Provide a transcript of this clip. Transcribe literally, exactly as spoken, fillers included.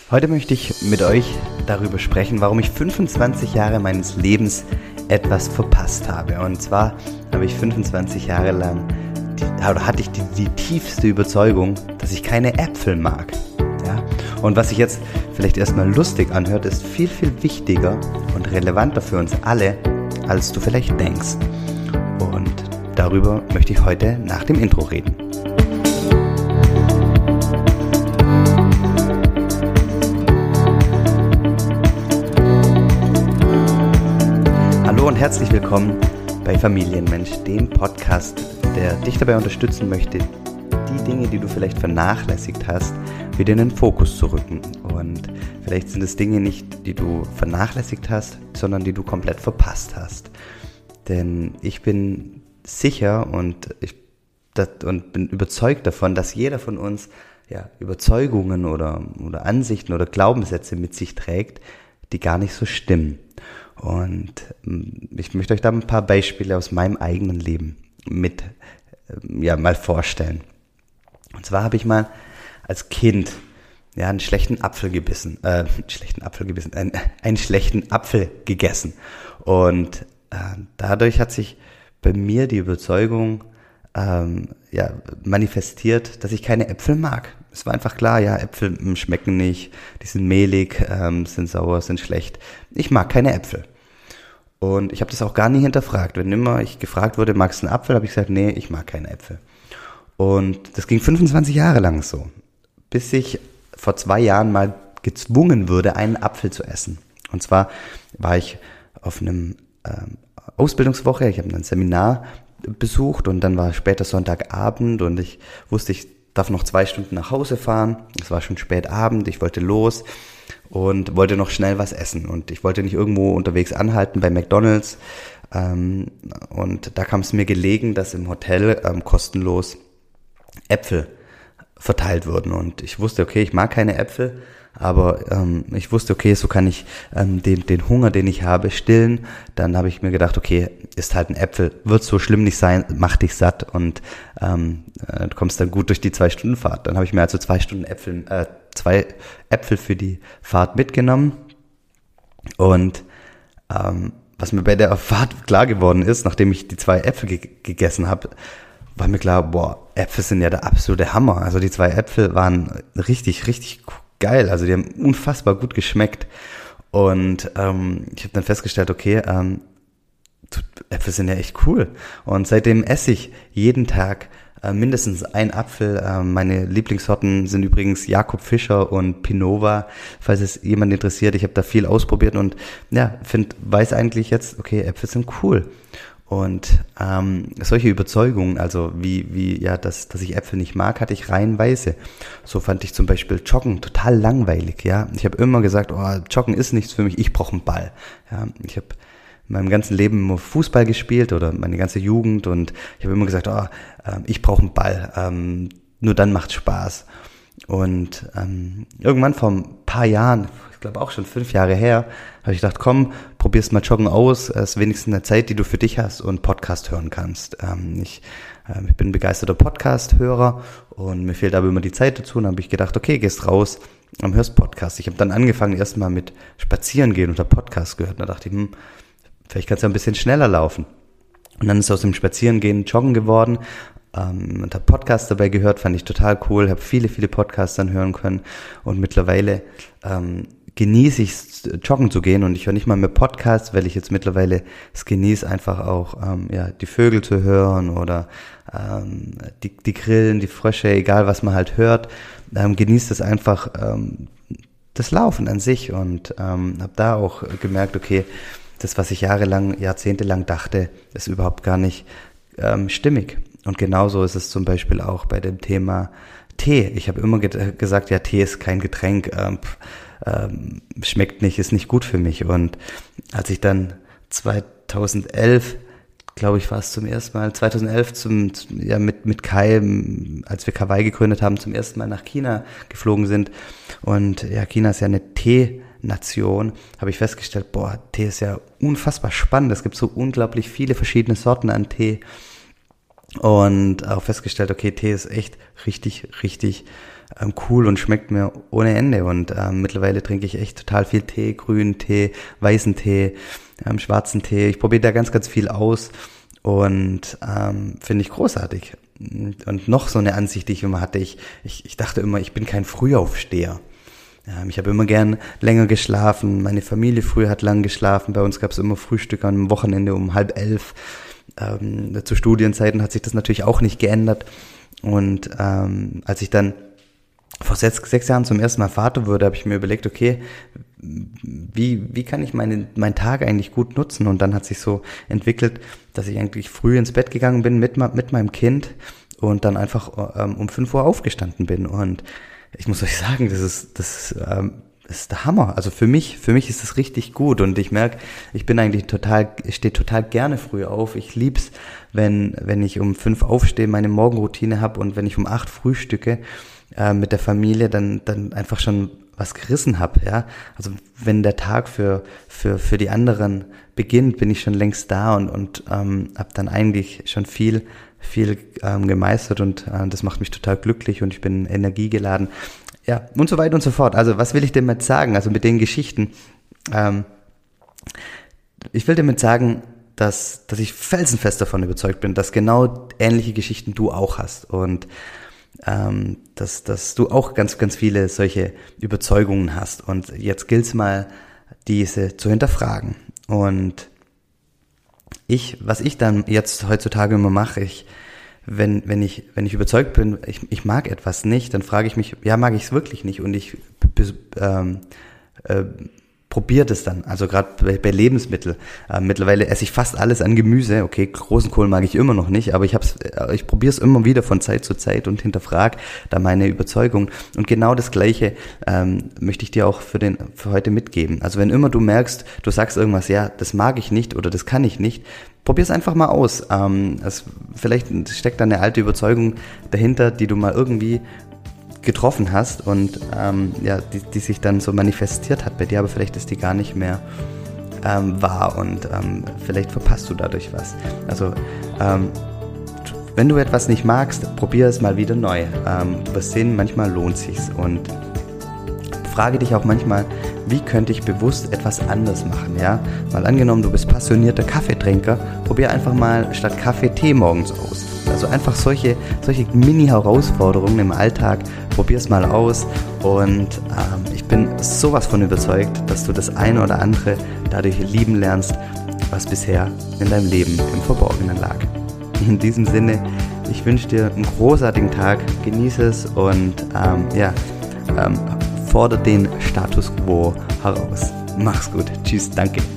Heute möchte ich mit euch darüber sprechen, warum ich fünfundzwanzig Jahre meines Lebens etwas verpasst habe. Und zwar habe ich fünfundzwanzig Jahre lang, die, oder hatte ich die, die tiefste Überzeugung, dass ich keine Äpfel mag. Ja? Und was sich jetzt vielleicht erstmal lustig anhört, ist viel, viel wichtiger und relevanter für uns alle, als du vielleicht denkst. Und darüber möchte ich heute nach dem Intro reden. Hallo und herzlich willkommen bei Familienmensch, dem Podcast, der dich dabei unterstützen möchte, die Dinge, die du vielleicht vernachlässigt hast, wieder in den Fokus zu rücken. Und vielleicht sind es Dinge nicht, die du vernachlässigt hast, sondern die du komplett verpasst hast. Denn ich bin sicher und ich das, und bin überzeugt davon, dass jeder von uns ja, Überzeugungen oder, oder Ansichten oder Glaubenssätze mit sich trägt, die gar nicht so stimmen. Und ich möchte euch da ein paar Beispiele aus meinem eigenen Leben mit, ja, mal vorstellen. Und zwar habe ich mal als Kind, ja, einen schlechten Apfel gebissen, äh, einen schlechten Apfel gebissen, einen, einen schlechten Apfel gegessen. Und äh, dadurch hat sich bei mir die Überzeugung, ähm, ja, manifestiert, dass ich keine Äpfel mag. Es war einfach klar, ja, Äpfel schmecken nicht, die sind mehlig, ähm, sind sauer, sind schlecht. Ich mag keine Äpfel. Und ich habe das auch gar nie hinterfragt. Wenn immer ich gefragt wurde, magst du einen Apfel, habe ich gesagt, nee, ich mag keine Äpfel. Und das ging fünfundzwanzig Jahre lang so, bis ich vor zwei Jahren mal gezwungen wurde, einen Apfel zu essen. Und zwar war ich auf einem ähm, Ausbildungswoche, ich habe ein Seminar besucht und dann war später Sonntagabend und ich wusste, ich darf noch zwei Stunden nach Hause fahren. Es war schon spät Abend, ich wollte los und wollte noch schnell was essen. Und ich wollte nicht irgendwo unterwegs anhalten bei McDonald's. Ähm, und da kam es mir gelegen, dass im Hotel ähm, kostenlos Äpfel verteilt wurden. Und ich wusste, okay, ich mag keine Äpfel, aber ähm, ich wusste, okay, so kann ich ähm, den, den Hunger, den ich habe, stillen. Dann habe ich mir gedacht, okay, isst halt ein Äpfel, wird so schlimm nicht sein, mach dich satt und ähm, äh, du kommst dann gut durch die zwei Stunden Fahrt. Dann habe ich mir also zwei Stunden Äpfel, äh, zwei Äpfel für die Fahrt mitgenommen. Und ähm, was mir bei der Fahrt klar geworden ist, nachdem ich die zwei Äpfel ge- gegessen habe, war mir klar, boah, Äpfel sind ja der absolute Hammer. Also die zwei Äpfel waren richtig, richtig geil. Also die haben unfassbar gut geschmeckt. Und ähm, ich habe dann festgestellt, okay, ähm, Äpfel sind ja echt cool. Und seitdem esse ich jeden Tag äh, mindestens einen Apfel. Äh, meine Lieblingssorten sind übrigens Jakob Fischer und Pinova, falls es jemand interessiert. Ich habe da viel ausprobiert und ja, find, weiß eigentlich jetzt, okay, Äpfel sind cool. Und ähm, solche Überzeugungen, also wie wie ja, dass dass ich Äpfel nicht mag, hatte ich reihenweise. So fand ich zum Beispiel Joggen total langweilig. Ja, ich habe immer gesagt, oh, Joggen ist nichts für mich. Ich brauche einen Ball. Ja, ich habe in meinem ganzen Leben nur Fußball gespielt oder meine ganze Jugend und ich habe immer gesagt, oh, äh, ich brauche einen Ball. Ähm, nur dann macht's Spaß. Und ähm, irgendwann vor ein paar Jahren, ich glaube auch schon fünf Jahre her, habe ich gedacht, komm, probier's mal Joggen aus, es ist wenigstens eine Zeit, die du für dich hast und Podcast hören kannst. Ähm, ich, äh, ich bin ein begeisterter Podcast-Hörer und mir fehlt aber immer die Zeit dazu und dann habe ich gedacht, okay, gehst raus und hörst Podcast. Ich habe dann angefangen erstmal mit Spazieren gehen und habe Podcast gehört und da dachte ich, hm, vielleicht kannst du ein bisschen schneller laufen. Und dann ist aus dem Spazierengehen Joggen geworden. Ähm, und habe Podcasts dabei gehört, fand ich total cool, habe viele, viele Podcasts dann hören können und mittlerweile ähm, genieße ich es, joggen zu gehen und ich höre nicht mal mehr Podcasts, weil ich jetzt mittlerweile es genieße, einfach auch ähm, ja die Vögel zu hören oder ähm, die, die Grillen, die Frösche, egal was man halt hört, ähm, genießt es einfach ähm, das Laufen an sich und ähm, habe da auch gemerkt, okay, das, was ich jahrelang, jahrzehntelang dachte, ist überhaupt gar nicht ähm, stimmig. Und genauso ist es zum Beispiel auch bei dem Thema Tee. Ich habe immer ge- gesagt, ja, Tee ist kein Getränk, ähm, ähm, schmeckt nicht, ist nicht gut für mich. Und als ich dann zweitausendelf, glaube ich, war es zum ersten Mal, zweitausendelf zum, ja, mit, mit Kai, als wir Kawaii gegründet haben, zum ersten Mal nach China geflogen sind. Und ja, China ist ja eine Tee-Nation, habe ich festgestellt, boah, Tee ist ja unfassbar spannend. Es gibt so unglaublich viele verschiedene Sorten an Tee. Und auch festgestellt, okay, Tee ist echt richtig, richtig ähm, cool und schmeckt mir ohne Ende. Und ähm, mittlerweile trinke ich echt total viel Tee, grünen Tee, weißen Tee, ähm, schwarzen Tee. Ich probiere da ganz, ganz viel aus und ähm, finde ich großartig. Und noch so eine Ansicht, die ich immer hatte, ich, ich, ich dachte immer, ich bin kein Frühaufsteher. Ähm, ich habe immer gern länger geschlafen, meine Familie früher hat lang geschlafen, bei uns gab es immer Frühstück am Wochenende um halb elf. Ähm, zu Studienzeiten hat sich das natürlich auch nicht geändert. Und ähm, als ich dann vor sechs, sechs Jahren zum ersten Mal Vater wurde, habe ich mir überlegt, okay, wie wie kann ich meine meinen Tag eigentlich gut nutzen? Und dann hat sich so entwickelt, dass ich eigentlich früh ins Bett gegangen bin mit mit meinem Kind und dann einfach ähm, um fünf Uhr aufgestanden bin. Und ich muss euch sagen, das ist das ist, ähm, das ist der Hammer. Also für mich für mich ist das richtig gut und ich merke, ich bin eigentlich total, ich stehe total gerne früh auf. Ich lieb's, wenn wenn ich um fünf aufstehe, meine Morgenroutine habe und wenn ich um acht frühstücke äh, mit der Familie, dann dann einfach schon was gerissen habe, ja. Also wenn der Tag für für für die anderen beginnt, bin ich schon längst da und und ähm, habe dann eigentlich schon viel viel ähm, gemeistert und äh, das macht mich total glücklich und ich bin energiegeladen. Ja, und so weiter und so fort. Also was will ich damit sagen? Also mit den Geschichten. Ähm, ich will damit sagen, dass dass ich felsenfest davon überzeugt bin, dass genau ähnliche Geschichten du auch hast und ähm, dass dass du auch ganz ganz viele solche Überzeugungen hast. Und jetzt gilt es mal, diese zu hinterfragen. Und ich, was ich dann jetzt heutzutage immer mache, ich Wenn, wenn ich, wenn ich überzeugt bin, ich, ich mag etwas nicht, dann frage ich mich, ja, mag ich es wirklich nicht? Und ich ähm, äh, probiere das dann. Also gerade bei, bei Lebensmitteln. Äh, mittlerweile esse ich fast alles an Gemüse. Okay, großen Kohl mag ich immer noch nicht, aber ich hab's, ich probiere es immer wieder von Zeit zu Zeit und hinterfrage da meine Überzeugung. Und genau das Gleiche ähm, möchte ich dir auch für den für heute mitgeben. Also wenn immer du merkst, du sagst irgendwas, ja, das mag ich nicht oder das kann ich nicht, probier's einfach mal aus. Ähm, es, vielleicht steckt da eine alte Überzeugung dahinter, die du mal irgendwie getroffen hast und ähm, ja, die, die sich dann so manifestiert hat bei dir, aber vielleicht ist die gar nicht mehr ähm, wahr und ähm, vielleicht verpasst du dadurch was. Also ähm, wenn du etwas nicht magst, probier es mal wieder neu. Ähm, du wirst sehen, manchmal lohnt sich's und frage dich auch manchmal, wie könnte ich bewusst etwas anders machen, ja? Mal angenommen, du bist passionierter Kaffeetrinker, probier einfach mal statt Kaffee Tee morgens aus. Also einfach solche, solche Mini-Herausforderungen im Alltag, probier's mal aus und ähm, ich bin sowas von überzeugt, dass du das eine oder andere dadurch lieben lernst, was bisher in deinem Leben im Verborgenen lag. In diesem Sinne, ich wünsche dir einen großartigen Tag, genieße es und ähm, ja, ähm, fordere den Status Quo heraus. Mach's gut. Tschüss, danke.